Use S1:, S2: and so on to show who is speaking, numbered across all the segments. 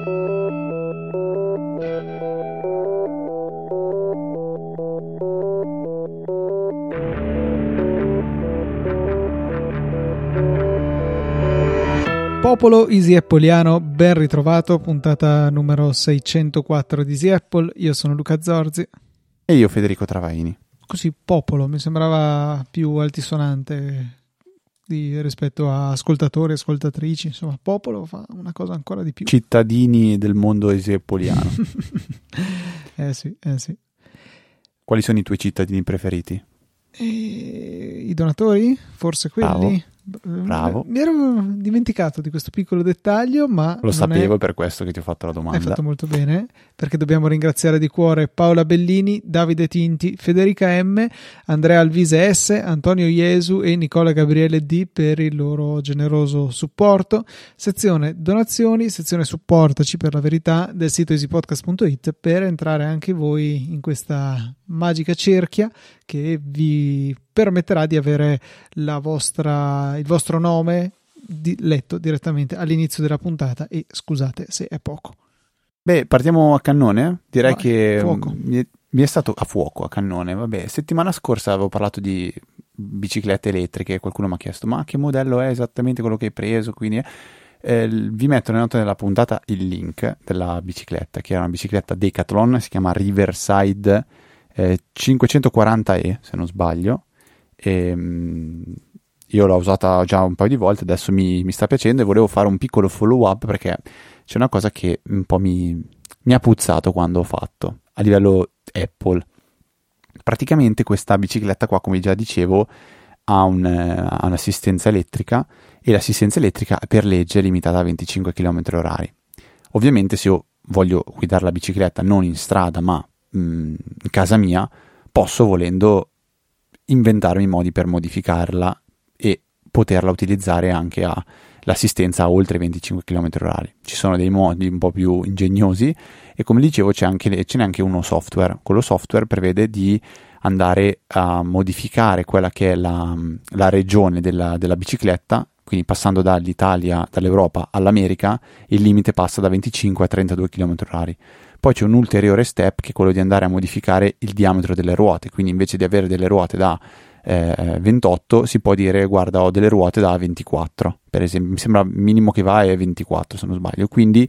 S1: Popolo Easy Appleiano, ben ritrovato, puntata numero 604 di Easy Apple. Io sono Luca Zorzi.
S2: E io Federico Travaini.
S1: Così Popolo mi sembrava più altisonante rispetto a ascoltatori, ascoltatrici. Insomma, Popolo fa una cosa ancora di più.
S2: Cittadini del mondo Easy Appleiano.
S1: Sì.
S2: Quali sono i tuoi cittadini preferiti?
S1: I donatori? Forse quelli?
S2: Bravo.
S1: Mi ero dimenticato di questo piccolo dettaglio, ma
S2: lo sapevo, è per questo che ti ho fatto la domanda.
S1: Hai fatto molto bene, perché dobbiamo ringraziare di cuore Paola Bellini, Davide Tinti, Federica M, Andrea Alvise S, Antonio Iesu e Nicola Gabriele D per il loro generoso supporto. Sezione donazioni, sezione supportaci per la verità del sito easypodcast.it per entrare anche voi in questa magica cerchia che vi permetterà di avere il vostro nome letto direttamente all'inizio della puntata. E scusate se è poco.
S2: Beh, partiamo a cannone. Direi che
S1: fuoco.
S2: mi è stato a fuoco, a cannone. Vabbè, settimana scorsa avevo parlato di biciclette elettriche. Qualcuno mi ha chiesto: ma che modello è esattamente quello che hai preso? Quindi vi metto nelle note della puntata il link della bicicletta, che era una bicicletta Decathlon, si chiama Riverside 540e, se non sbaglio. Io l'ho usata già un paio di volte, adesso mi sta piacendo e volevo fare un piccolo follow up perché c'è una cosa che un po' mi ha puzzato quando ho fatto a livello Apple. Praticamente questa bicicletta qua, come già dicevo, ha un'assistenza elettrica, e l'assistenza elettrica per legge è limitata a 25 km/h. Ovviamente se io voglio guidare la bicicletta non in strada ma in casa mia, posso, volendo, inventarmi modi per modificarla e poterla utilizzare anche l'assistenza a oltre 25 km/h. Ci sono dei modi un po' più ingegnosi e, come dicevo, ce n'è anche uno software. Quello software prevede di andare a modificare quella che è la regione della bicicletta, quindi passando dall'Europa all'America, il limite passa da 25 a 32 km/h. Poi c'è un ulteriore step che è quello di andare a modificare il diametro delle ruote, quindi invece di avere delle ruote da 28 si può dire: guarda, ho delle ruote da 24, per esempio. Mi sembra minimo che va è 24, se non sbaglio. Quindi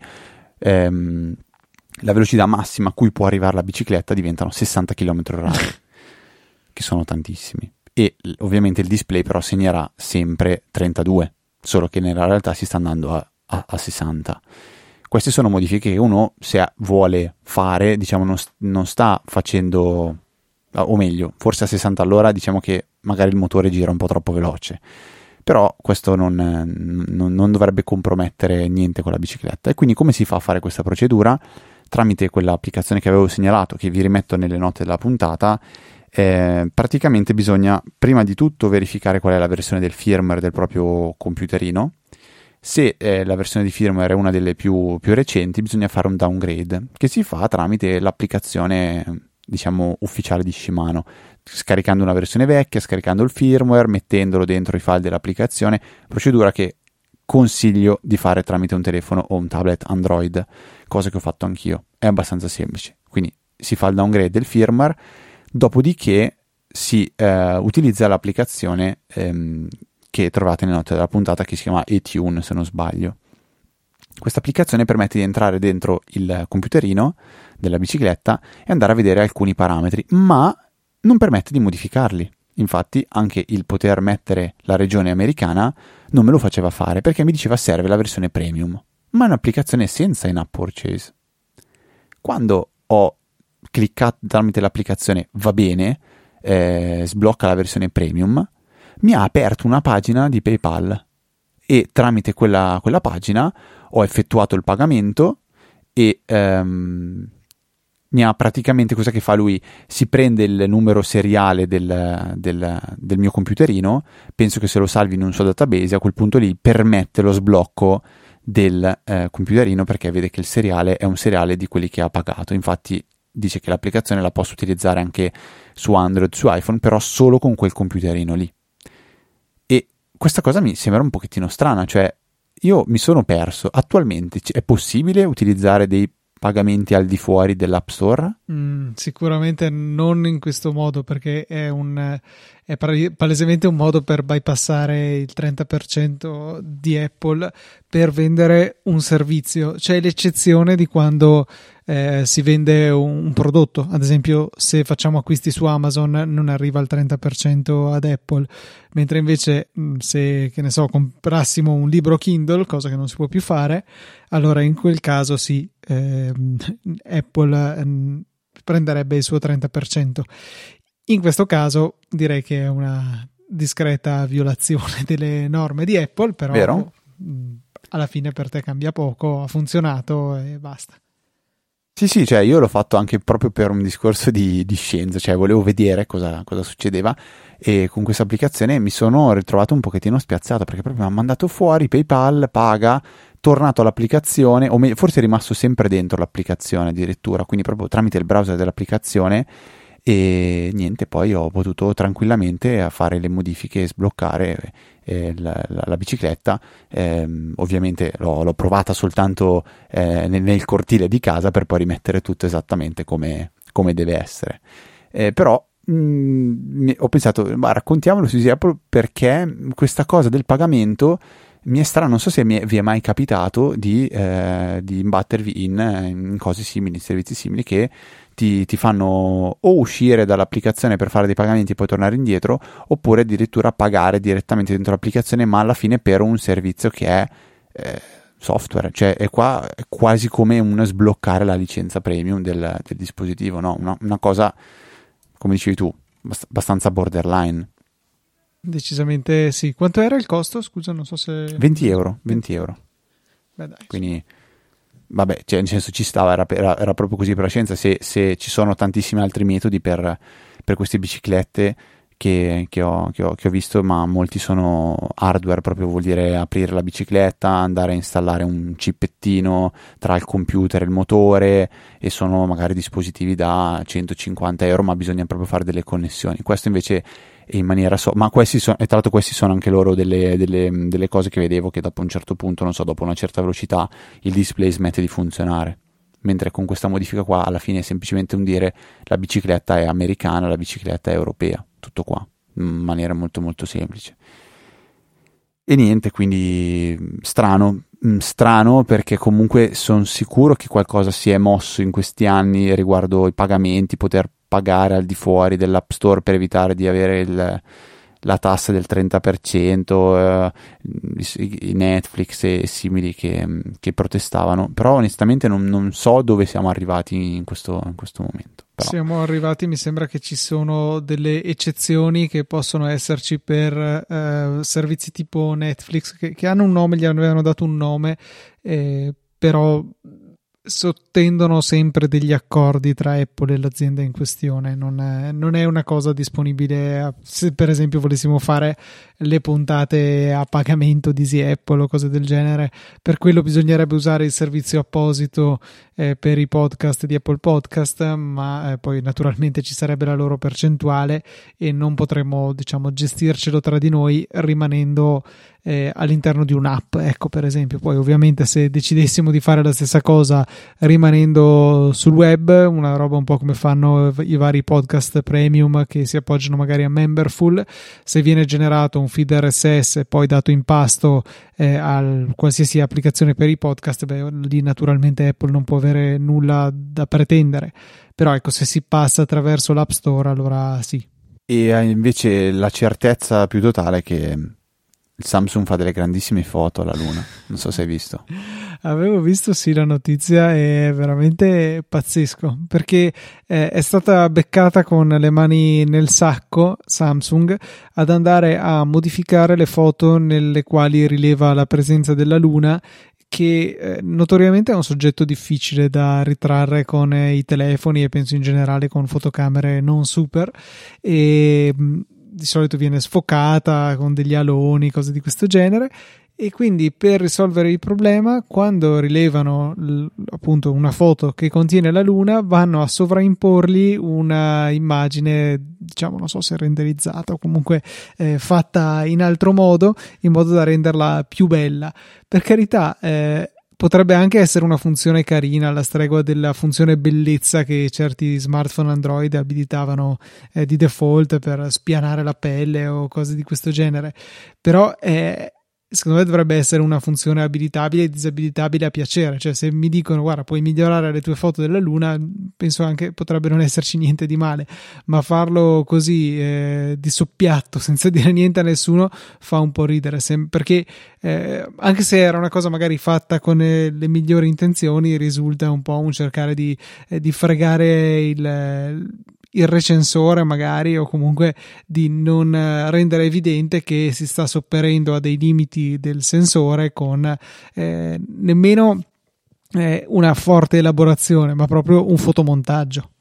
S2: la velocità massima a cui può arrivare la bicicletta diventano 60 km/h, che sono tantissimi. E ovviamente il display però segnerà sempre 32, solo che nella realtà si sta andando a 60. Queste sono modifiche che uno, se vuole fare, diciamo, non sta facendo, o meglio, forse a 60 all'ora, diciamo che magari il motore gira un po' troppo veloce, però questo non dovrebbe compromettere niente con la bicicletta. E quindi come si fa a fare questa procedura? Tramite quell'applicazione che avevo segnalato, che vi rimetto nelle note della puntata. Praticamente bisogna prima di tutto verificare qual è la versione del firmware del proprio computerino. Se la versione di firmware è una delle più recenti, bisogna fare un downgrade, che si fa tramite l'applicazione, diciamo, ufficiale di Shimano, scaricando una versione vecchia, scaricando il firmware, mettendolo dentro i file dell'applicazione, procedura che consiglio di fare tramite un telefono o un tablet Android, cosa che ho fatto anch'io. È abbastanza semplice. Quindi si fa il downgrade del firmware, dopodiché si utilizza l'applicazione che trovate nelle note della puntata, che si chiama eTune, se non sbaglio. Questa applicazione permette di entrare dentro il computerino della bicicletta e andare a vedere alcuni parametri, ma non permette di modificarli. Infatti anche il poter mettere la regione americana non me lo faceva fare, perché mi diceva serve la versione premium, ma è un'applicazione senza in-app purchase. Quando ho cliccato tramite l'applicazione va bene, sblocca la versione premium, mi ha aperto una pagina di PayPal e tramite quella pagina ho effettuato il pagamento e mi ha praticamente, cosa che fa lui? Si prende il numero seriale del mio computerino, penso che se lo salvi in un suo database, a quel punto lì permette lo sblocco del computerino, perché vede che il seriale è un seriale di quelli che ha pagato. Infatti dice che l'applicazione la posso utilizzare anche su Android, su iPhone, però solo con quel computerino lì. E questa cosa mi sembra un pochettino strana, cioè io mi sono perso. Attualmente è possibile utilizzare dei pagamenti al di fuori dell'App Store?
S1: Sicuramente non in questo modo, perché è palesemente un modo per bypassare il 30% di Apple per vendere un servizio. C'è l'eccezione di quando si vende un prodotto, ad esempio se facciamo acquisti su Amazon non arriva al 30% ad Apple, mentre invece se, che ne so, comprassimo un libro Kindle, cosa che non si può più fare, allora in quel caso sì, Apple prenderebbe il suo 30%. In questo caso direi che è una discreta violazione delle norme di Apple, però
S2: Vero?
S1: alla fine per te cambia poco, ha funzionato e basta.
S2: Sì, cioè io l'ho fatto anche proprio per un discorso di scienza, cioè volevo vedere cosa succedeva, e con questa applicazione mi sono ritrovato un pochettino spiazzato, perché proprio mi ha mandato fuori PayPal, paga, tornato all'applicazione, o forse è rimasto sempre dentro l'applicazione addirittura, quindi proprio tramite il browser dell'applicazione, e niente, poi ho potuto tranquillamente fare le modifiche e sbloccare la bicicletta. Ovviamente l'ho provata soltanto nel cortile di casa, per poi rimettere tutto esattamente come deve essere. Però ho pensato, raccontiamolo su Easy Apple, perché questa cosa del pagamento mi è strano. Non so se vi è mai capitato di imbattervi in cose simili, in servizi simili che ti fanno o uscire dall'applicazione per fare dei pagamenti e poi tornare indietro, oppure addirittura pagare direttamente dentro l'applicazione, ma alla fine per un servizio che è software. Cioè è quasi come un sbloccare la licenza premium del dispositivo, no? Una cosa, come dicevi tu, abbastanza borderline.
S1: Decisamente sì. Quanto era il costo? Scusa, non so se...
S2: 20 euro. Beh, dai, quindi vabbè, cioè, nel senso, ci stava, era proprio così per la scienza. Se ci sono tantissimi altri metodi per queste biciclette che ho visto, ma molti sono hardware, proprio vuol dire aprire la bicicletta, andare a installare un cipettino tra il computer e il motore, e sono magari dispositivi da 150 euro, ma bisogna proprio fare delle connessioni. Questo invece in maniera ma questi sono, e tra l'altro questi sono anche loro delle cose che vedevo, che dopo un certo punto, non so, dopo una certa velocità il display smette di funzionare, mentre con questa modifica qua alla fine è semplicemente un dire: la bicicletta è americana, la bicicletta è europea, tutto qua, in maniera molto molto semplice. E niente, quindi strano, perché comunque sono sicuro che qualcosa si è mosso in questi anni riguardo i pagamenti, poter pagare al di fuori dell'App Store per evitare di avere la tassa del 30%, i Netflix e simili che protestavano. Però onestamente non so dove siamo arrivati in questo momento. Però
S1: siamo arrivati, mi sembra che ci sono delle eccezioni che possono esserci per servizi tipo Netflix che hanno un nome, gli avevano dato un nome, però sottendono sempre degli accordi tra Apple e l'azienda in questione. Non è una cosa disponibile se per esempio volessimo fare le puntate a pagamento di Easy Apple o cose del genere. Per quello bisognerebbe usare il servizio apposito per i podcast di Apple Podcast, ma poi naturalmente ci sarebbe la loro percentuale e non potremmo, diciamo, gestircelo tra di noi rimanendo all'interno di un'app, ecco, per esempio. Poi ovviamente se decidessimo di fare la stessa cosa rimanendo sul web, una roba un po' come fanno i vari podcast premium che si appoggiano magari a Memberful, se viene generato un feed RSS e poi dato in pasto a qualsiasi applicazione per i podcast, lì naturalmente Apple non può avere nulla da pretendere. Però ecco, se si passa attraverso l'App Store, allora sì.
S2: E invece la certezza più totale è che il Samsung fa delle grandissime foto alla Luna. Non so se hai visto.
S1: Avevo visto, sì, la notizia, è veramente pazzesco, perché è stata beccata con le mani nel sacco Samsung ad andare a modificare le foto nelle quali rileva la presenza della Luna, che notoriamente è un soggetto difficile da ritrarre con i telefoni e penso in generale con fotocamere non super, e di solito viene sfocata con degli aloni, cose di questo genere. E quindi per risolvere il problema, quando rilevano appunto una foto che contiene la Luna, vanno a sovraimporgli una immagine, diciamo, non so se renderizzata o comunque fatta in altro modo, in modo da renderla più bella. Per carità, potrebbe anche essere una funzione carina, alla stregua della funzione bellezza che certi smartphone Android abilitavano di default per spianare la pelle o cose di questo genere, però secondo me dovrebbe essere una funzione abilitabile e disabilitabile a piacere. Cioè, se mi dicono guarda, puoi migliorare le tue foto della Luna, penso anche potrebbe non esserci niente di male, ma farlo così di soppiatto, senza dire niente a nessuno, fa un po' ridere, perché anche se era una cosa magari fatta con le migliori intenzioni, risulta un po' un cercare di fregare il recensore magari, o comunque di non rendere evidente che si sta sopperendo a dei limiti del sensore con nemmeno una forte elaborazione, ma proprio un fotomontaggio.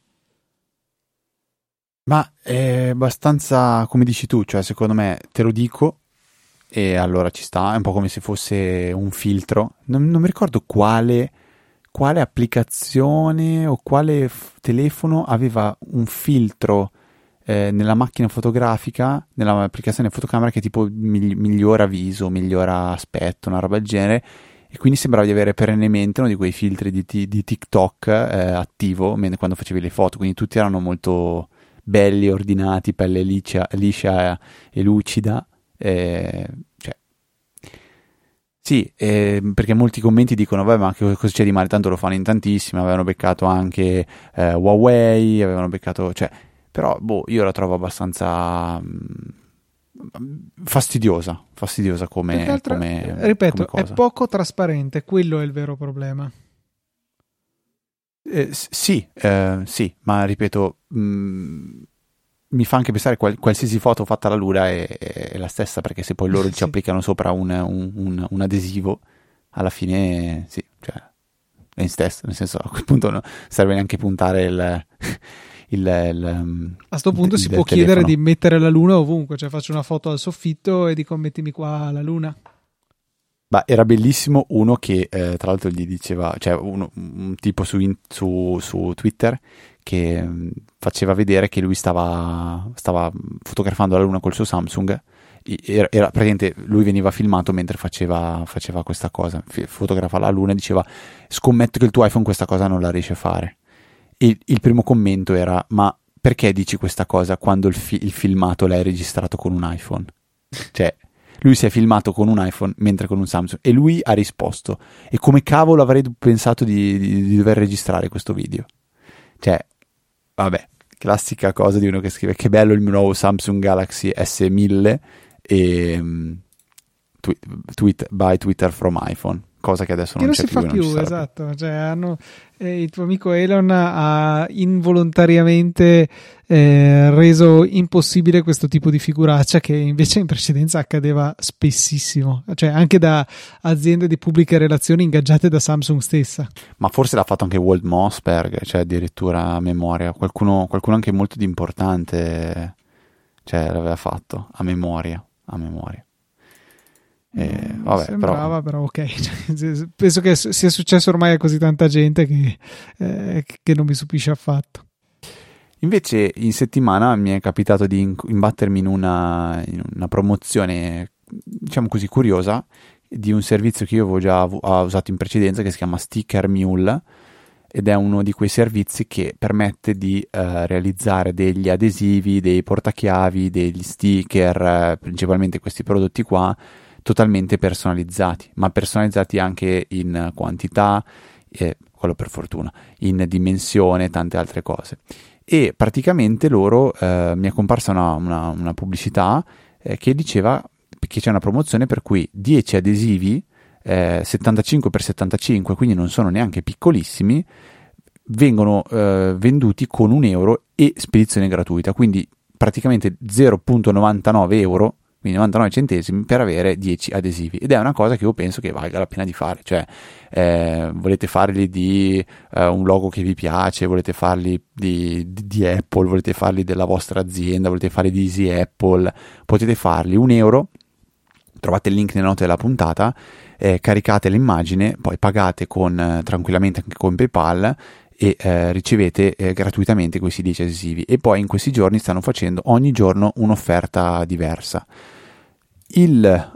S2: Ma è abbastanza, come dici tu, cioè secondo me te lo dico e allora ci sta, è un po' come se fosse un filtro, non mi ricordo quale applicazione o quale telefono aveva un filtro nella macchina fotografica, nell'applicazione fotocamera, che tipo migliora viso, migliora aspetto, una roba del genere, e quindi sembrava di avere perennemente uno di quei filtri di TikTok attivo quando facevi le foto, quindi tutti erano molto belli, ordinati, pelle liscia e lucida, cioè sì, perché molti commenti dicono vabbè, ma che cosa c'è di male, tanto lo fanno in tantissimi, avevano beccato anche Huawei, avevano beccato, cioè, però io la trovo abbastanza fastidiosa come
S1: ripeto,
S2: come
S1: è
S2: cosa.
S1: poco trasparente, quello è il vero problema.
S2: Sì, ma ripeto, mi fa anche pensare qualsiasi foto fatta alla Luna è la stessa, perché se poi loro ci applicano sopra un adesivo, alla fine sì, cioè è in stesso, nel senso, a quel punto non serve neanche puntare
S1: a sto punto si può chiedere di mettere la Luna ovunque, cioè faccio una foto al soffitto e dico mettimi qua la Luna.
S2: Ma era bellissimo uno che tra l'altro gli diceva, cioè un tipo su Twitter che faceva vedere che lui stava fotografando la Luna col suo Samsung. Era praticamente, lui veniva filmato mentre faceva questa cosa, fotografa la Luna e diceva scommetto che il tuo iPhone questa cosa non la riesce a fare. E il primo commento era ma perché dici questa cosa quando il filmato l'hai registrato con un iPhone? Cioè lui si è filmato con un iPhone mentre con un Samsung, e lui ha risposto e come cavolo avrei pensato di dover registrare questo video? Cioè vabbè, classica cosa di uno che scrive che bello il mio nuovo Samsung Galaxy S1000 e buy Twitter from iPhone, cosa che adesso non c'è più.
S1: Non si fa più, esatto. Cioè, il tuo amico Elon ha involontariamente reso impossibile questo tipo di figuraccia che invece in precedenza accadeva spessissimo, cioè anche da aziende di pubbliche relazioni ingaggiate da Samsung stessa. Ma
S2: forse l'ha fatto anche Walt Mossberg, cioè addirittura a memoria, qualcuno anche molto di importante, cioè l'aveva fatto a memoria. Vabbè,
S1: sembrava, però ok. Penso che sia successo ormai a così tanta gente che non mi stupisce affatto.
S2: Invece in settimana mi è capitato di imbattermi in una promozione, diciamo così, curiosa, di un servizio che io avevo già usato in precedenza, che si chiama Sticker Mule, ed è uno di quei servizi che permette di realizzare degli adesivi, dei portachiavi, degli sticker, principalmente questi prodotti qua, totalmente personalizzati, ma personalizzati anche in quantità, quello per fortuna, in dimensione, tante altre cose. E praticamente loro mi è comparsa una pubblicità che diceva che c'è una promozione per cui 10 adesivi 75x75, quindi non sono neanche piccolissimi, vengono venduti con €1 e spedizione gratuita, quindi praticamente 0,99 euro, quindi 99 centesimi per avere 10 adesivi, ed è una cosa che io penso che valga la pena di fare. Cioè volete farli di un logo che vi piace, volete farli di Apple, volete farli della vostra azienda, volete farli di Easy Apple, potete farli €1, trovate il link nelle note della puntata, caricate l'immagine, poi pagate tranquillamente anche con PayPal e ricevete gratuitamente questi 10 adesivi. E poi in questi giorni stanno facendo ogni giorno un'offerta diversa. Il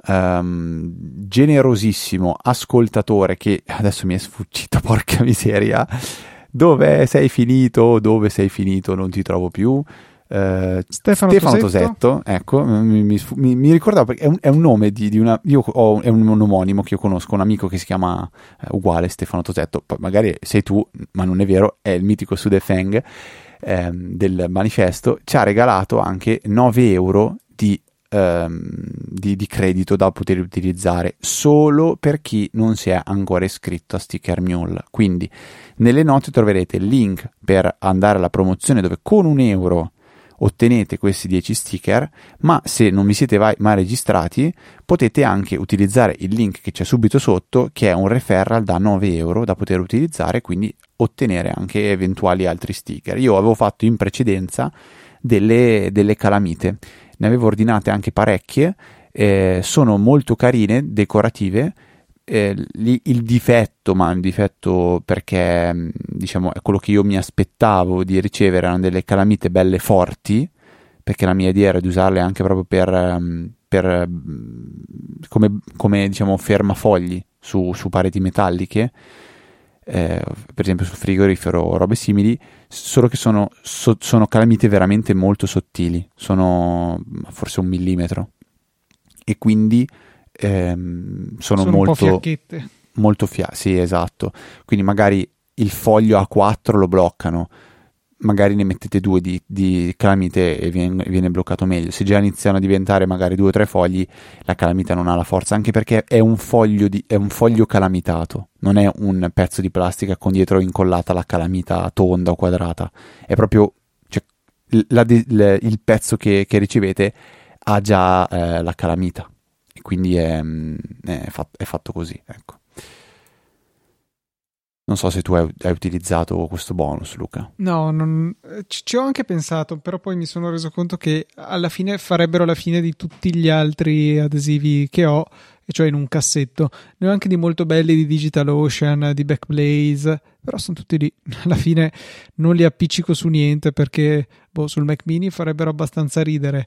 S2: generosissimo ascoltatore, che adesso mi è sfuggito, porca miseria, dove sei finito, non ti trovo più. Stefano Tosetto, ecco, mi ricordavo perché è un nome di una. È un omonimo che io conosco, un amico che si chiama uguale Stefano Tosetto. Poi magari sei tu, ma non è vero, è il mitico Sudefeng del manifesto. Ci ha regalato anche 9 euro di credito da poter utilizzare solo per chi non si è ancora iscritto a Sticker Mule. Quindi nelle note troverete il link per andare alla promozione dove con 1 euro ottenete questi 10 sticker, ma se non vi siete mai registrati potete anche utilizzare il link che c'è subito sotto, che è un referral da 9 euro da poter utilizzare, quindi ottenere anche eventuali altri sticker. Io avevo fatto in precedenza delle calamite, ne avevo ordinate anche parecchie, sono molto carine, decorative. Il difetto, ma un difetto perché diciamo è quello che io mi aspettavo di ricevere, erano delle calamite belle forti, perché la mia idea era di usarle anche proprio per come diciamo fermafogli su pareti metalliche, per esempio sul frigorifero o robe simili, solo che sono calamite veramente molto sottili, sono forse 1 millimetro, e quindi sono molto,
S1: un po' fiacchette.
S2: Sì, esatto. Quindi magari il foglio A4 lo bloccano, magari ne mettete 2 di calamite e viene bloccato meglio. Se già iniziano a diventare magari 2 o 3 fogli, la calamita non ha la forza, anche perché è un foglio calamitato, non è un pezzo di plastica con dietro incollata la calamita tonda o quadrata, è proprio, cioè, il pezzo che ricevete ha già la calamita, e quindi è fatto così, ecco. Non so se tu hai utilizzato questo bonus, Luca.
S1: No, ci ho anche pensato, però poi mi sono reso conto che alla fine farebbero la fine di tutti gli altri adesivi che ho, e cioè in un cassetto. Ne ho anche di molto belli di DigitalOcean, di Backblaze, però sono tutti lì. Alla fine non li appiccico su niente perché sul Mac Mini farebbero abbastanza ridere.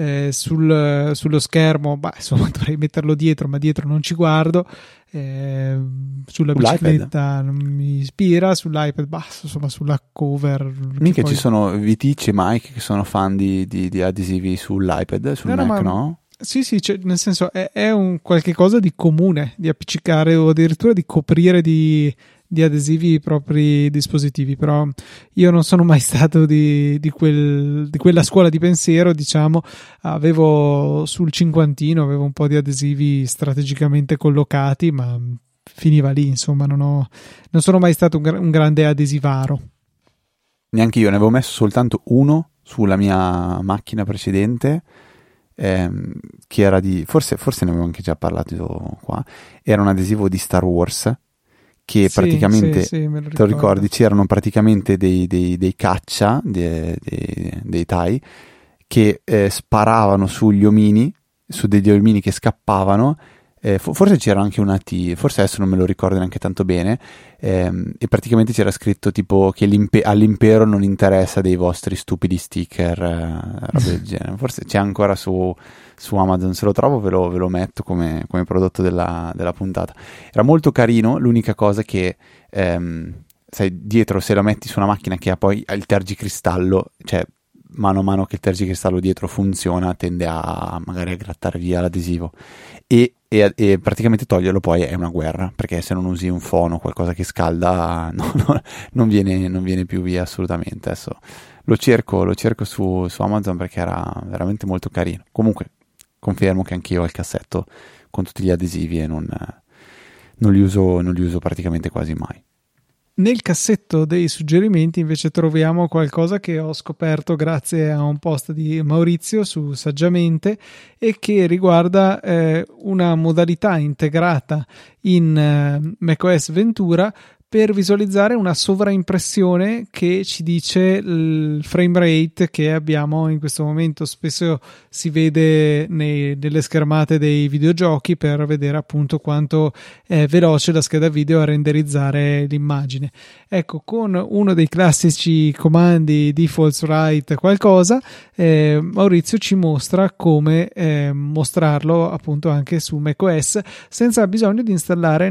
S1: Sullo schermo, insomma, dovrei metterlo dietro, ma dietro non ci guardo. Sulla bicicletta non mi ispira, sull'iPad, insomma, sulla cover.
S2: Mica poi... ci sono Vitici e Mike che sono fan di adesivi sull'iPad, sul Mac, no?
S1: Sì, nel senso è un qualche cosa di comune di appiccicare o addirittura di coprire di adesivi i propri dispositivi, però io non sono mai stato di quella scuola di pensiero, diciamo. Avevo sul cinquantino un po' di adesivi strategicamente collocati, ma finiva lì, insomma. Non sono mai stato un grande adesivaro.
S2: Neanche io, ne avevo messo soltanto uno sulla mia macchina precedente, che era forse ne avevo anche già parlato qua, era un adesivo di Star Wars, che praticamente,
S1: te
S2: lo ricordi, c'erano praticamente dei caccia, dei TIE, che sparavano sugli omini, su degli omini che scappavano, forse c'era anche una T, forse adesso non me lo ricordo neanche tanto bene, e praticamente c'era scritto tipo che all'impero non interessa dei vostri stupidi sticker, roba del genere. Forse c'è ancora su Amazon, se lo trovo ve lo metto come prodotto della puntata. Era molto carino, l'unica cosa che sai, dietro, se la metti su una macchina che ha poi il tergicristallo, cioè mano a mano che il tergicristallo dietro funziona, tende magari a grattare via l'adesivo, e praticamente toglierlo poi è una guerra, perché se non usi un fono o qualcosa che scalda non viene più via assolutamente. Adesso lo cerco su Amazon perché era veramente molto carino. Comunque confermo che anch'io ho il cassetto con tutti gli adesivi e non li uso praticamente quasi mai.
S1: Nel cassetto dei suggerimenti invece troviamo qualcosa che ho scoperto grazie a un post di Maurizio su Saggiamente, e che riguarda una modalità integrata in macOS Ventura per visualizzare una sovraimpressione che ci dice il frame rate che abbiamo in questo momento. Spesso si vede nelle schermate dei videogiochi per vedere appunto quanto è veloce la scheda video a renderizzare l'immagine. Ecco, con uno dei classici comandi default write qualcosa, Maurizio ci mostra come mostrarlo appunto anche su macOS senza bisogno di installare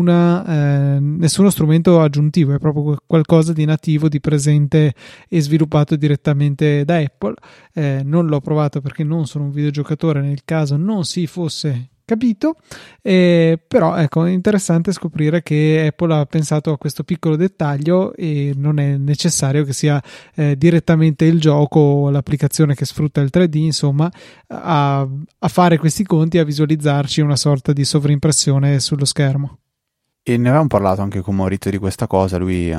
S1: nessuno strumento aggiuntivo. È proprio qualcosa di nativo, di presente e sviluppato direttamente da Apple. Non l'ho provato perché non sono un videogiocatore, nel caso non si fosse capito, però ecco, è interessante scoprire che Apple ha pensato a questo piccolo dettaglio e non è necessario che sia direttamente il gioco o l'applicazione che sfrutta il 3D, insomma, a fare questi conti, a visualizzarci una sorta di sovraimpressione sullo schermo.
S2: E ne avevamo parlato anche con Maurizio di questa cosa. Lui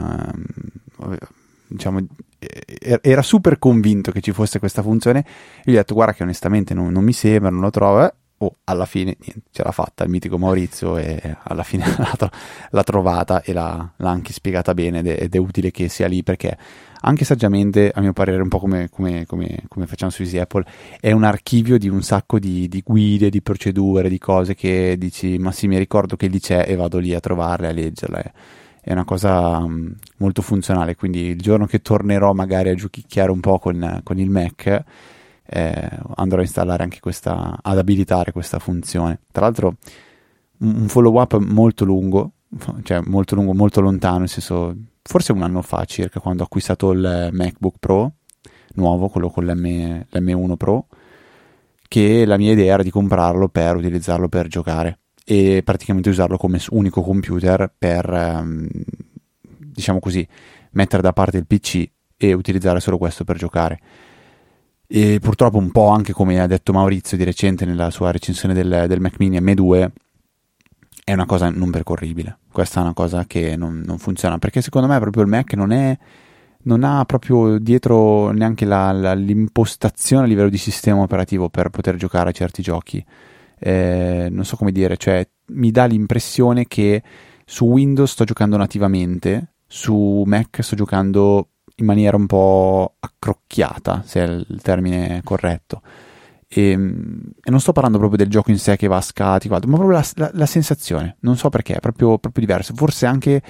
S2: diciamo era super convinto che ci fosse questa funzione. Io gli ho detto guarda che onestamente non mi sembra, non lo trovo. Alla fine niente, ce l'ha fatta il mitico Maurizio e alla fine l'ha trovata e l'ha anche spiegata bene ed è utile che sia lì, perché anche saggiamente, a mio parere, un po' come facciamo su Easy Apple, è un archivio di un sacco di guide, di procedure, di cose che dici ma sì, mi ricordo che lì c'è e vado lì a trovarle, a leggerle. È una cosa molto funzionale, quindi il giorno che tornerò magari a giochicchiare un po' con il Mac, andrò a installare anche ad abilitare questa funzione. Tra l'altro un follow up molto lungo, molto lontano, nel senso forse un anno fa circa, quando ho acquistato il MacBook Pro nuovo, quello con l'M1 Pro, che la mia idea era di comprarlo per utilizzarlo per giocare e praticamente usarlo come unico computer per diciamo così mettere da parte il PC e utilizzare solo questo per giocare. E purtroppo, un po' anche come ha detto Maurizio di recente nella sua recensione del Mac Mini M2, è una cosa non percorribile. Questa è una cosa che non funziona, perché secondo me proprio il Mac non ha proprio dietro neanche l'impostazione a livello di sistema operativo per poter giocare a certi giochi. Non so come dire, cioè mi dà l'impressione che su Windows sto giocando nativamente, su Mac sto giocando in maniera un po' accrocchiata, se è il termine corretto, e non sto parlando proprio del gioco in sé che va a scatti, ma proprio la sensazione, non so perché, è proprio diverso. Forse anche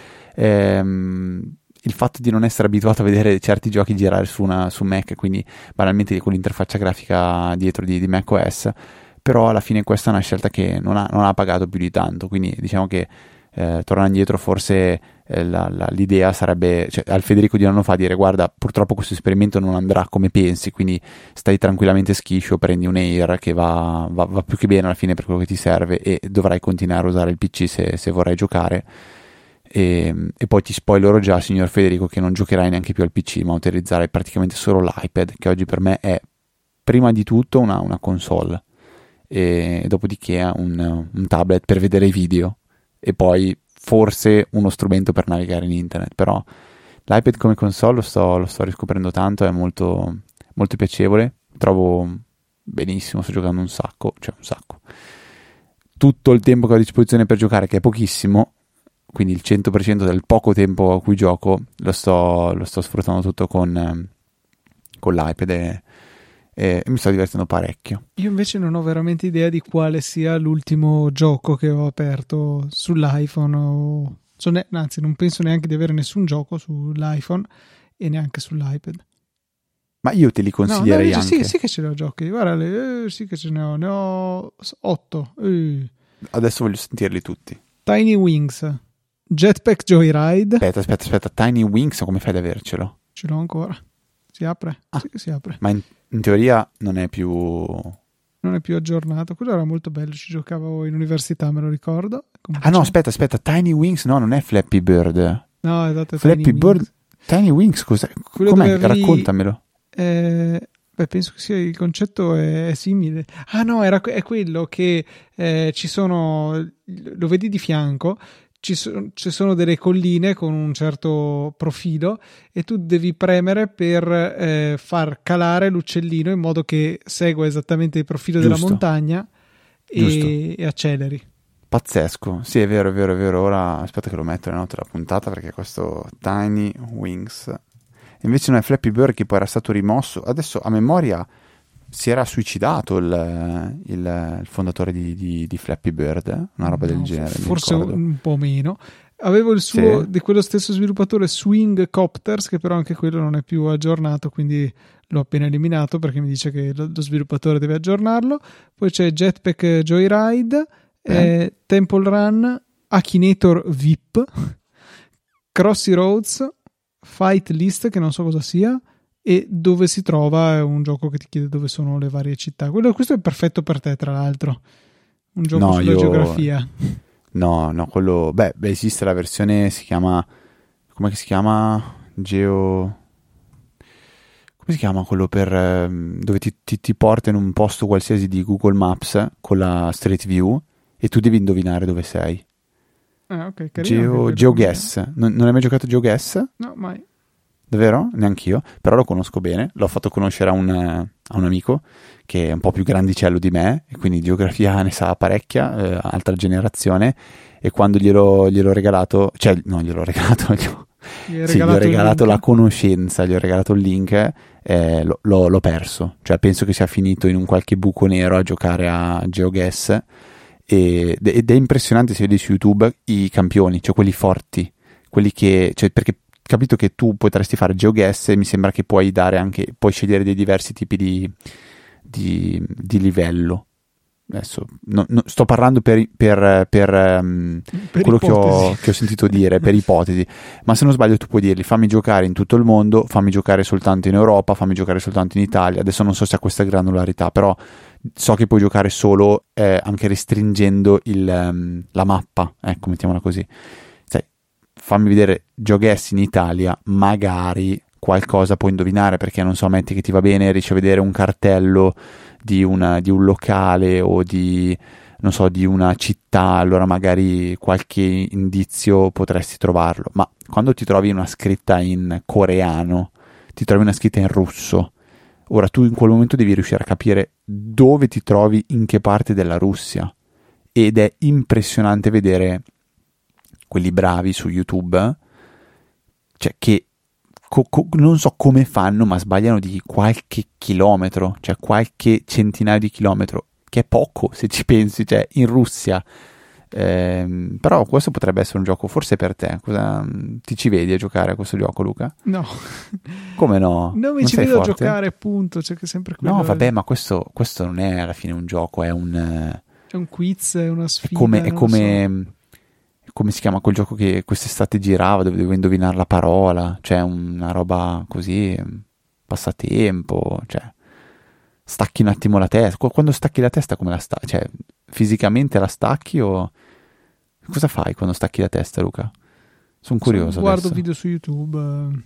S2: il fatto di non essere abituato a vedere certi giochi girare su Mac, quindi banalmente con l'interfaccia grafica dietro di macOS, però alla fine questa è una scelta che non ha pagato più di tanto, quindi diciamo che tornando indietro forse l'idea sarebbe, cioè, al Federico di un anno fa, dire guarda, purtroppo questo esperimento non andrà come pensi, quindi stai tranquillamente schiscio, prendi un Air che va più che bene alla fine per quello che ti serve e dovrai continuare a usare il PC se vorrai giocare, e poi ti spoilerò già, signor Federico, che non giocherai neanche più al PC, ma utilizzerai praticamente solo l'iPad, che oggi per me è prima di tutto una console e dopodiché un tablet per vedere i video e poi forse uno strumento per navigare in internet. Però l'iPad come console lo sto riscoprendo tanto, è molto, molto piacevole, trovo benissimo, sto giocando un sacco. Tutto il tempo che ho a disposizione per giocare, che è pochissimo, quindi il 100% del poco tempo a cui gioco lo sto sfruttando tutto con l'iPad e mi sto divertendo parecchio.
S1: Io invece non ho veramente idea di quale sia l'ultimo gioco che ho aperto sull'iPhone, anzi non penso neanche di avere nessun gioco sull'iPhone e neanche sull'iPad.
S2: Ma io te li consiglierei anche.
S1: Sì che ce ne ho giochi, guarda, sì che ce ne ho 8.
S2: Adesso voglio sentirli tutti.
S1: Tiny Wings, Jetpack Joyride.
S2: Aspetta, Tiny Wings, come fai ad avercelo?
S1: Ce l'ho ancora. Si apre? Sì che si apre.
S2: Ma in teoria non è più
S1: aggiornato. Quello era molto bello, ci giocavo in università, me lo ricordo.
S2: No, aspetta, Tiny Wings, no, non è Flappy Bird.
S1: No, esatto,
S2: Flappy Bird. Tiny Wings, cos'è? Com'è? Raccontamelo.
S1: Penso che sia, il concetto è simile. Ah no, è quello che ci sono, lo vedi di fianco, ci sono delle colline con un certo profilo e tu devi premere per far calare l'uccellino in modo che segua esattamente il profilo della montagna e acceleri.
S2: Pazzesco, sì, è vero, è vero, è vero. Ora aspetta che lo metto nelle note della puntata, perché questo Tiny Wings invece non è Flappy Bird, che poi era stato rimosso. Adesso a memoria si era suicidato il fondatore di Flappy Bird, una roba del genere.
S1: Forse un po' meno. Avevo il suo, di quello stesso sviluppatore, Swing Copters, che però anche quello non è più aggiornato, quindi l'ho appena eliminato perché mi dice che lo sviluppatore deve aggiornarlo. Poi c'è Jetpack Joyride, Temple Run, Akinator VIP, Crossy Roads, Fight List, che non so cosa sia, e Dove si trova è un gioco che ti chiede dove sono le varie città. Questo è perfetto per te, tra l'altro, un gioco sulla geografia.
S2: No, quello... Beh, esiste la versione, si chiama... Come si chiama? Come si chiama quello per... dove ti porta in un posto qualsiasi di Google Maps con la Street View e tu devi indovinare dove sei.
S1: Ok, carino.
S2: GeoGuess. Non hai mai giocato GeoGuess?
S1: No, mai.
S2: Davvero? Neanch'io, però lo conosco bene. L'ho fatto conoscere a un amico che è un po' più grandicello di me e quindi geografia ne sa parecchia, altra generazione, e quando gliel'ho regalato, cioè non gliel'ho regalato, gli ho regalato la conoscenza, gli ho regalato il link, l'ho perso, cioè penso che sia finito in un qualche buco nero a giocare a GeoGuess, ed è impressionante se vedi su YouTube i campioni, cioè quelli forti, quelli che, cioè, perché capito che tu potresti fare GeoGuess e mi sembra che puoi scegliere dei diversi tipi di livello. Adesso sto parlando per quello che ho sentito dire, per ipotesi, ma se non sbaglio tu puoi dirgli fammi giocare in tutto il mondo, fammi giocare soltanto in Europa, fammi giocare soltanto in Italia. Adesso non so se ha questa granularità, però so che puoi giocare solo anche restringendo la mappa, ecco, mettiamola così. Fammi vedere GeoGuess in Italia, magari qualcosa puoi indovinare, perché non so, metti che ti va bene, riesci a vedere un cartello di un locale o di una città, allora magari qualche indizio potresti trovarlo. Ma quando ti trovi una scritta in coreano, ti trovi una scritta in russo, ora tu in quel momento devi riuscire a capire dove ti trovi, in che parte della Russia, ed è impressionante vedere quelli bravi su YouTube, cioè che non so come fanno, ma sbagliano di qualche chilometro, cioè qualche centinaio di chilometro, che è poco se ci pensi, cioè in Russia. Però questo potrebbe essere un gioco forse per te. Ti ci vedi a giocare a questo gioco, Luca?
S1: No.
S2: Come no?
S1: Non mi ci vedo a giocare, punto. C'è che sempre quello.
S2: No, vabbè, ma questo non è alla fine un gioco, è un
S1: quiz, è una sfida.
S2: È come si chiama quel gioco che quest'estate girava, dove dovevo indovinare la parola, cioè una roba così, passatempo, cioè stacchi un attimo la testa. Quando stacchi la testa come la stacchi? Cioè fisicamente la stacchi o cosa fai quando stacchi la testa, Luca? Sono curioso.
S1: Guardo video su YouTube.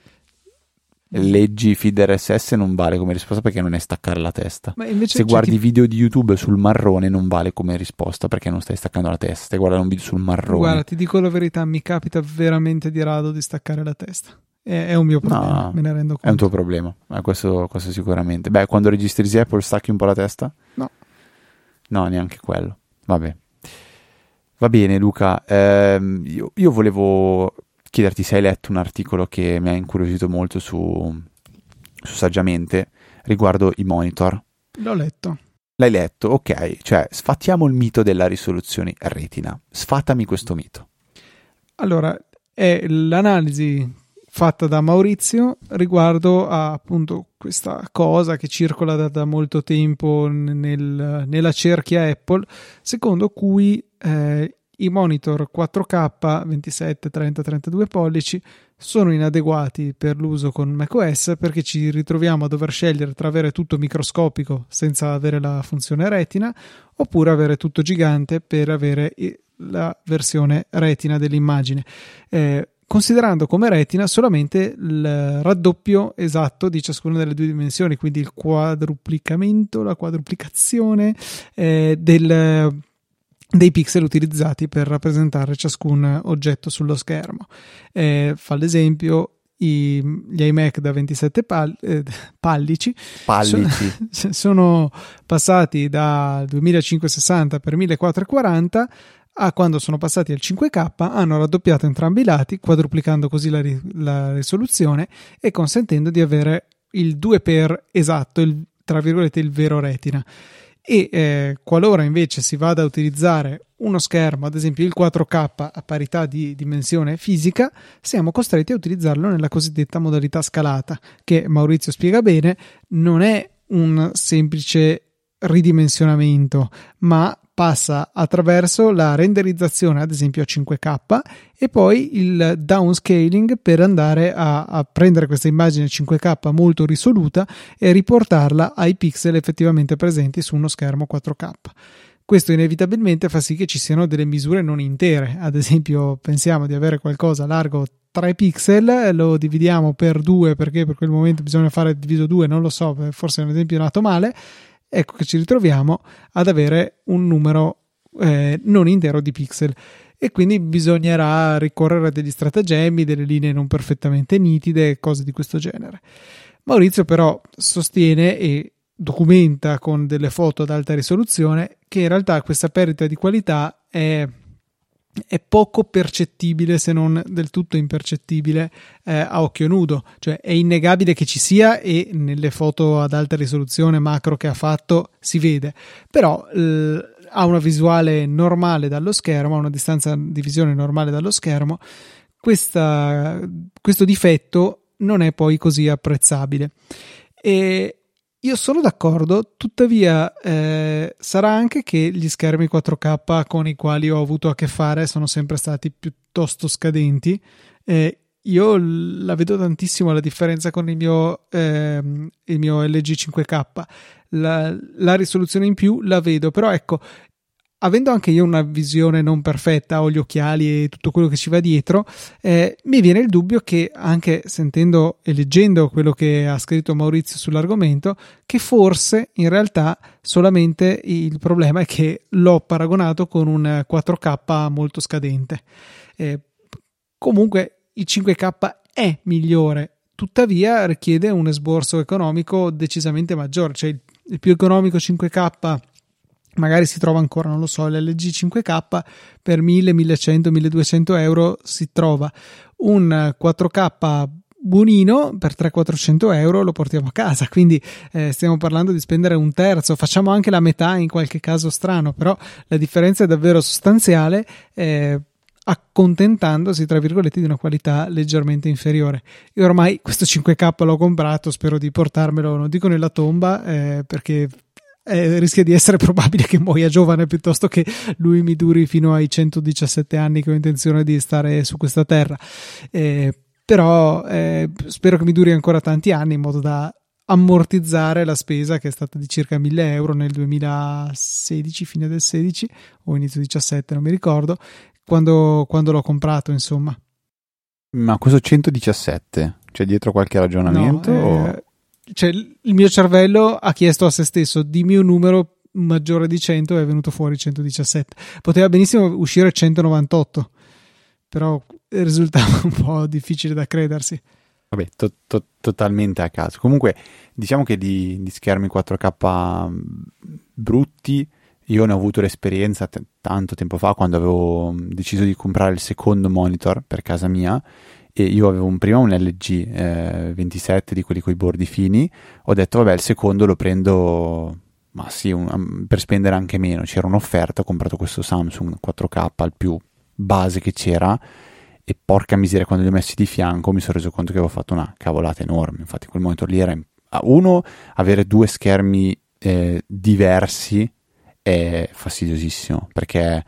S2: Leggi feed RSS non vale come risposta perché non è staccare la testa.
S1: Ma invece
S2: se guardi video di YouTube sul marrone non vale come risposta perché non stai staccando la testa, stai guardando un video sul marrone.
S1: Guarda, ti dico la verità, mi capita veramente di rado di staccare la testa. È un mio problema,
S2: no,
S1: me ne rendo conto.
S2: È un tuo problema, questo sicuramente. Beh, quando registri Apple stacchi un po' la testa? No, neanche quello. Vabbè. Va bene, Luca. Io volevo chiederti se hai letto un articolo che mi ha incuriosito molto su Saggiamente riguardo i monitor.
S1: L'ho letto.
S2: L'hai letto? Ok, cioè sfattiamo il mito della risoluzione retina. Sfatami questo mito.
S1: Allora, è l'analisi fatta da Maurizio riguardo a appunto questa cosa che circola da molto tempo nella cerchia Apple, secondo cui i monitor 4K 27, 30, 32 pollici sono inadeguati per l'uso con macOS perché ci ritroviamo a dover scegliere tra avere tutto microscopico senza avere la funzione retina oppure avere tutto gigante per avere la versione retina dell'immagine, considerando come retina solamente il raddoppio esatto di ciascuna delle due dimensioni, quindi il quadruplicamento, la quadruplicazione dei pixel utilizzati per rappresentare ciascun oggetto sullo schermo. Fa l'esempio, gli iMac da 27 pallici sono passati da 2560 x 1440 a quando sono passati al 5K, hanno raddoppiato entrambi i lati, quadruplicando così la risoluzione e consentendo di avere il 2x esatto, tra virgolette il vero retina. E qualora invece si vada a utilizzare uno schermo, ad esempio il 4K a parità di dimensione fisica, siamo costretti a utilizzarlo nella cosiddetta modalità scalata, che Maurizio spiega bene, non è un semplice ridimensionamento, ma passa attraverso la renderizzazione ad esempio a 5K e poi il downscaling per andare a prendere questa immagine 5K molto risoluta e riportarla ai pixel effettivamente presenti su uno schermo 4K. Questo inevitabilmente fa sì che ci siano delle misure non intere, ad esempio pensiamo di avere qualcosa largo 3 pixel, lo dividiamo per 2 perché per quel momento bisogna fare diviso 2, non lo so, forse è un esempio nato male. Ecco che ci ritroviamo ad avere un numero non intero di pixel e quindi bisognerà ricorrere a degli stratagemmi, delle linee non perfettamente nitide, cose di questo genere. Maurizio però sostiene e documenta con delle foto ad alta risoluzione che in realtà questa perdita di qualità è poco percettibile, se non del tutto impercettibile a occhio nudo, cioè è innegabile che ci sia e nelle foto ad alta risoluzione macro che ha fatto si vede, però ha una visuale normale dallo schermo, ha una distanza di visione normale dallo schermo, questo difetto non è poi così apprezzabile. E io sono d'accordo, tuttavia sarà anche che gli schermi 4K con i quali ho avuto a che fare sono sempre stati piuttosto scadenti. Io la vedo tantissimo la differenza con il mio LG 5K. La risoluzione in più la vedo, però ecco, avendo anche io una visione non perfetta, ho gli occhiali e tutto quello che ci va dietro, mi viene il dubbio che anche sentendo e leggendo quello che ha scritto Maurizio sull'argomento, che forse in realtà solamente il problema è che l'ho paragonato con un 4K molto scadente. Comunque il 5K è migliore, tuttavia richiede un esborso economico decisamente maggiore, cioè il più economico 5K magari si trova ancora, non lo so, l'LG 5K per 1000, 1100, 1200 euro si trova. Un 4K buonino per 300-400 euro lo portiamo a casa, quindi stiamo parlando di spendere un terzo, facciamo anche la metà in qualche caso strano, però la differenza è davvero sostanziale, accontentandosi tra virgolette di una qualità leggermente inferiore. Io ormai questo 5K l'ho comprato, spero di portarmelo, non dico nella tomba, perché rischia di essere probabile che muoia giovane piuttosto che lui mi duri fino ai 117 anni che ho intenzione di stare su questa terra, però spero che mi duri ancora tanti anni in modo da ammortizzare la spesa che è stata di circa 1000 euro nel 2016, fine del 16 o inizio 17, non mi ricordo quando l'ho comprato, insomma.
S2: Ma questo 117 c'è dietro qualche ragionamento?
S1: No, cioè il mio cervello ha chiesto a se stesso dimmi un numero maggiore di 100 e è venuto fuori 117. Poteva benissimo uscire 198, però risultava un po' difficile da credersi.
S2: Vabbè, totalmente a caso. Comunque diciamo che di schermi 4K brutti io ne ho avuto l'esperienza tanto tempo fa, quando avevo deciso di comprare il secondo monitor per casa mia. E io avevo prima un LG 27 di quelli con i bordi fini, ho detto vabbè il secondo lo prendo, ma sì, per spendere anche meno, c'era un'offerta, ho comprato questo Samsung 4K al più base che c'era e porca miseria, quando li ho messi di fianco mi sono reso conto che avevo fatto una cavolata enorme. Infatti quel monitor lì era avere due schermi diversi è fastidiosissimo, perché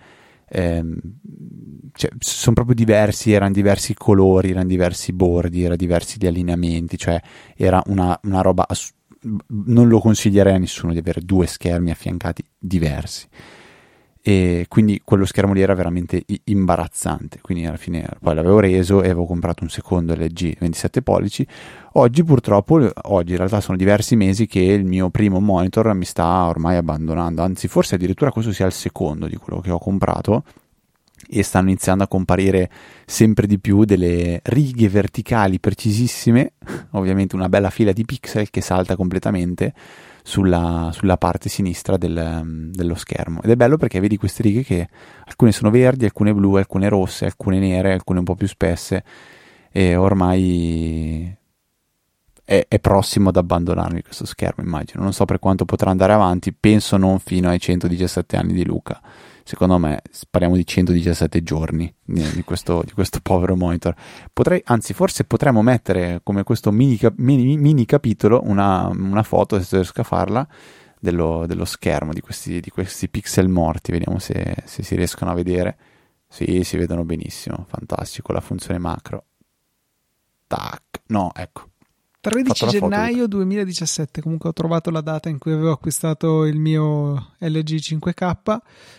S2: sono proprio diversi, erano diversi i colori, erano diversi i bordi, erano diversi gli allineamenti, cioè era una roba non lo consiglierei a nessuno di avere due schermi affiancati diversi, e quindi quello schermo lì era veramente imbarazzante. Quindi alla fine poi l'avevo reso e avevo comprato un secondo LG 27 pollici. Oggi in realtà sono diversi mesi che il mio primo monitor mi sta ormai abbandonando, anzi forse addirittura questo sia il secondo di quello che ho comprato, e stanno iniziando a comparire sempre di più delle righe verticali precisissime, ovviamente una bella fila di pixel che salta completamente sulla parte sinistra dello schermo. Ed è bello perché vedi queste righe che alcune sono verdi, alcune blu, alcune rosse, alcune nere, alcune un po' più spesse, e ormai è prossimo ad abbandonarmi questo schermo, immagino. Non so per quanto potrà andare avanti, penso non fino ai 117 anni di Luca. Secondo me parliamo di 117 giorni di questo povero monitor. Forse potremmo mettere come questo mini capitolo una foto, se riesco a farla, dello schermo, di questi pixel morti. Vediamo se si riescono a vedere. Sì, si vedono benissimo, fantastico, la funzione macro. Tac, no, ecco.
S1: 13 gennaio 2017, comunque ho trovato la data in cui avevo acquistato il mio LG 5K,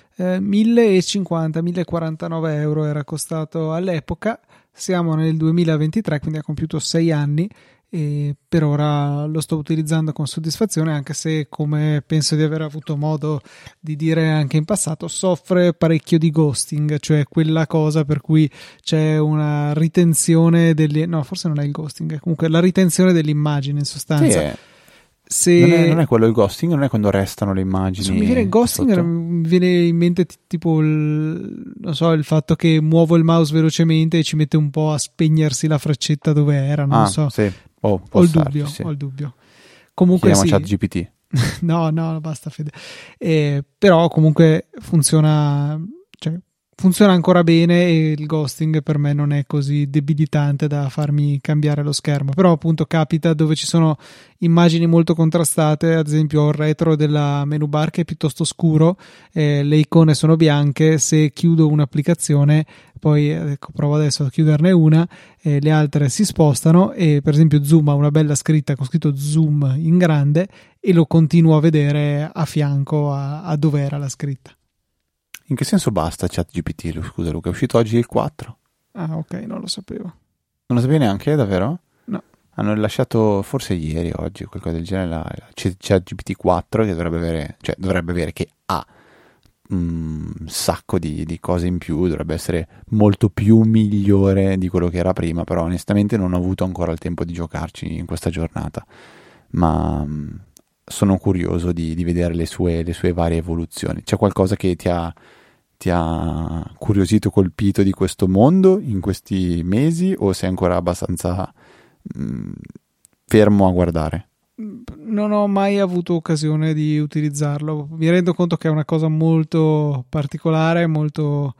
S1: 1050-1049 euro era costato all'epoca. Siamo nel 2023, quindi ha compiuto 6 anni e per ora lo sto utilizzando con soddisfazione, anche se, come penso di aver avuto modo di dire anche in passato, soffre parecchio di ghosting, cioè quella cosa per cui c'è una ritenzione no, forse non è il ghosting, comunque la ritenzione dell'immagine in sostanza.
S2: Sì, non è quello il ghosting, non è quando restano le immagini.
S1: Mi viene il ghosting,
S2: sotto.
S1: mi viene in mente tipo non so, il fatto che muovo il mouse velocemente e ci mette un po' a spegnersi la freccetta dove era, non so.
S2: Sì.
S1: Ho il dubbio. Comunque
S2: chiediamo
S1: sì.
S2: ChatGPT.
S1: No, basta Fede. Però comunque funziona ancora bene e il ghosting per me non è così debilitante da farmi cambiare lo schermo. Però appunto capita dove ci sono immagini molto contrastate, ad esempio il retro della menu bar che è piuttosto scuro, le icone sono bianche. Se chiudo un'applicazione, poi ecco, provo adesso a chiuderne una, le altre si spostano e per esempio Zoom ha una bella scritta con scritto Zoom in grande e lo continuo a vedere a fianco a dove era la scritta.
S2: In che senso basta ChatGPT? Scusa Luca, è uscito oggi il 4?
S1: Ah, ok, non lo sapevo.
S2: Non lo sapevi neanche, davvero?
S1: No.
S2: Hanno rilasciato forse ieri, oggi, qualcosa del genere, la ChatGPT 4, che dovrebbe avere che ha un sacco di cose in più, dovrebbe essere molto più migliore di quello che era prima, però onestamente non ho avuto ancora il tempo di giocarci in questa giornata, ma sono curioso di vedere le sue varie evoluzioni. C'è qualcosa che ti ha curiosito, colpito di questo mondo in questi mesi, o sei ancora abbastanza fermo a guardare?
S1: Non ho mai avuto occasione di utilizzarlo. Mi rendo conto che è una cosa molto particolare, molto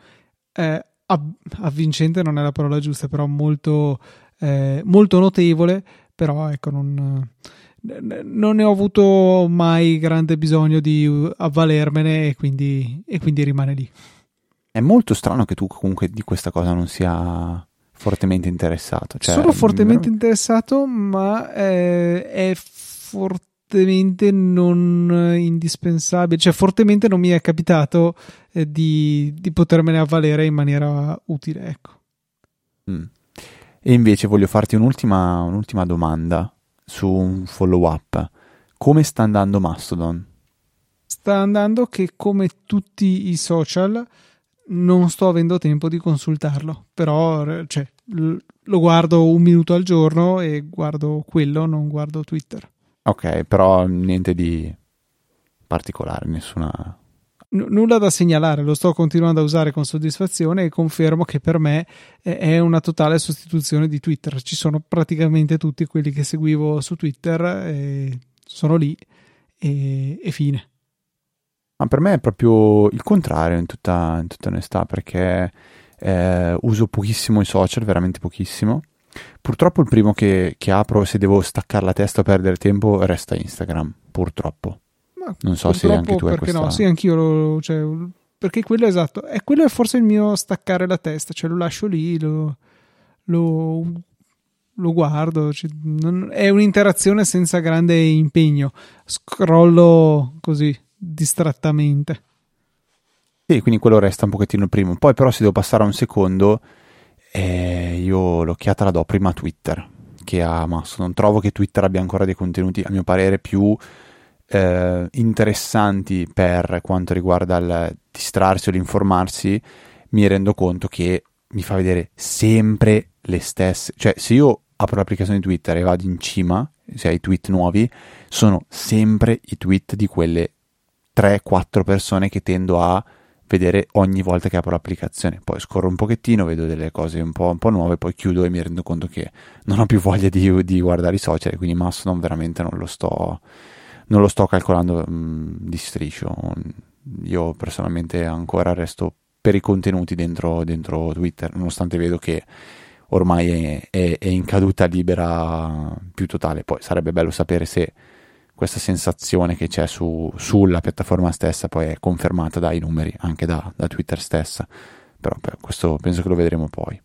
S1: avvincente, non è la parola giusta, però molto notevole. Però ecco, non ne ho avuto mai grande bisogno di avvalermene e quindi rimane lì.
S2: È molto strano che tu comunque di questa cosa non sia fortemente interessato.
S1: Sono fortemente interessato, ma è fortemente non indispensabile, cioè fortemente non mi è capitato di potermene avvalere in maniera utile, ecco.
S2: E invece voglio farti un'ultima domanda su un follow up. Come sta andando Mastodon?
S1: Sta andando che, come tutti i social, non sto avendo tempo di consultarlo, però lo guardo un minuto al giorno e guardo quello, non guardo Twitter.
S2: Ok, però niente di particolare, nessuna...
S1: Nulla da segnalare, lo sto continuando a usare con soddisfazione e confermo che per me è una totale sostituzione di Twitter. Ci sono praticamente tutti quelli che seguivo su Twitter e sono lì e fine.
S2: Ma per me è proprio il contrario, in tutta onestà, perché uso pochissimo i social, veramente pochissimo. Purtroppo il primo che apro, se devo staccare la testa o perdere tempo, resta Instagram, purtroppo. Non so se anche tu hai questa...
S1: no, sì, anch'io perché quello è esatto, quello è forse il mio staccare la testa, cioè lo lascio lì, lo guardo, è un'interazione senza grande impegno, scrollo così distrattamente.
S2: Sì, quindi quello resta un pochettino il primo. Poi però se devo passare a un secondo, io l'occhiata la do prima a Twitter che a Mastodon. Trovo che Twitter abbia ancora dei contenuti, a mio parere, più interessanti per quanto riguarda il distrarsi o l'informarsi. mi rendo conto che mi fa vedere sempre le stesse, cioè se io apro l'applicazione di Twitter e vado in cima, se hai tweet nuovi, sono sempre i tweet di quelle 3-4 persone che tendo a vedere ogni volta che apro l'applicazione. Poi scorro un pochettino, vedo delle cose un po' nuove, poi chiudo e mi rendo conto che non ho più voglia di guardare i social, e quindi Mastodon veramente non lo sto calcolando di striscio. Io personalmente ancora resto per i contenuti dentro Twitter, nonostante vedo che ormai è in caduta libera più totale. Poi sarebbe bello sapere se questa sensazione che c'è sulla piattaforma stessa poi è confermata dai numeri, anche da Twitter stessa, però questo penso che lo vedremo poi.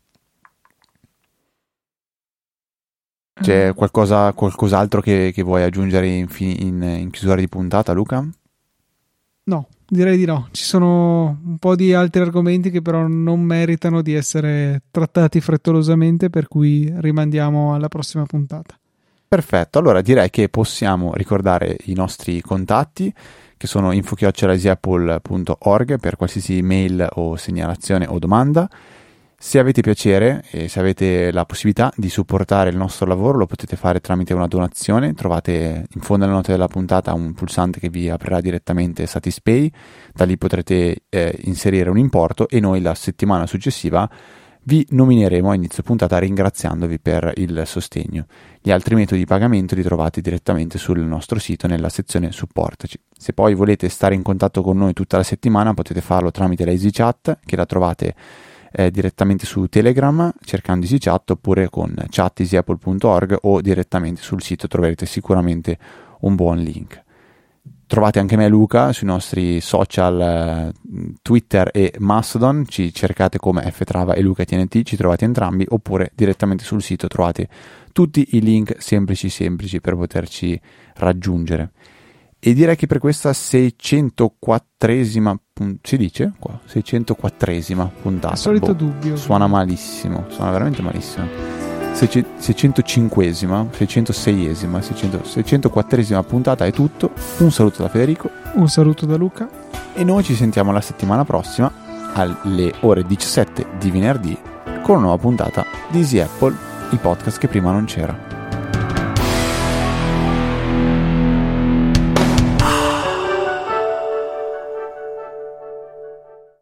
S2: C'è qualcos'altro che vuoi aggiungere in chiusura di puntata, Luca?
S1: No, direi di no. Ci sono un po' di altri argomenti che però non meritano di essere trattati frettolosamente, per cui rimandiamo alla prossima puntata.
S2: Perfetto, allora direi che possiamo ricordare i nostri contatti, che sono info@easyapple.org per qualsiasi mail o segnalazione o domanda. Se avete piacere e se avete la possibilità di supportare il nostro lavoro, lo potete fare tramite una donazione. Trovate in fondo alle note della puntata un pulsante che vi aprirà direttamente Satispay. Da lì potrete inserire un importo e noi la settimana successiva vi nomineremo a inizio puntata ringraziandovi per il sostegno. Gli altri metodi di pagamento li trovate direttamente sul nostro sito nella sezione supportaci. Se poi volete stare in contatto con noi tutta la settimana, potete farlo tramite la EasyChat, che la trovate direttamente su Telegram cercando EasyChat, oppure con chat@easyapple.org, o direttamente sul sito troverete sicuramente un buon link. Trovate anche me e Luca sui nostri social, Twitter e Mastodon, ci cercate come ftrava e Luca TNT, ci trovate entrambi, oppure direttamente sul sito trovate tutti i link semplici per poterci raggiungere. E direi che per questa 604esima si dice qua 604esima puntata,
S1: il solito dubbio,
S2: suona malissimo, suona veramente malissimo. 605esima, 606esima, 604esima puntata è tutto. Un saluto da Federico,
S1: un saluto da Luca,
S2: e noi ci sentiamo la settimana prossima alle ore 17 di venerdì con una nuova puntata di Easy Apple, il podcast che prima non c'era.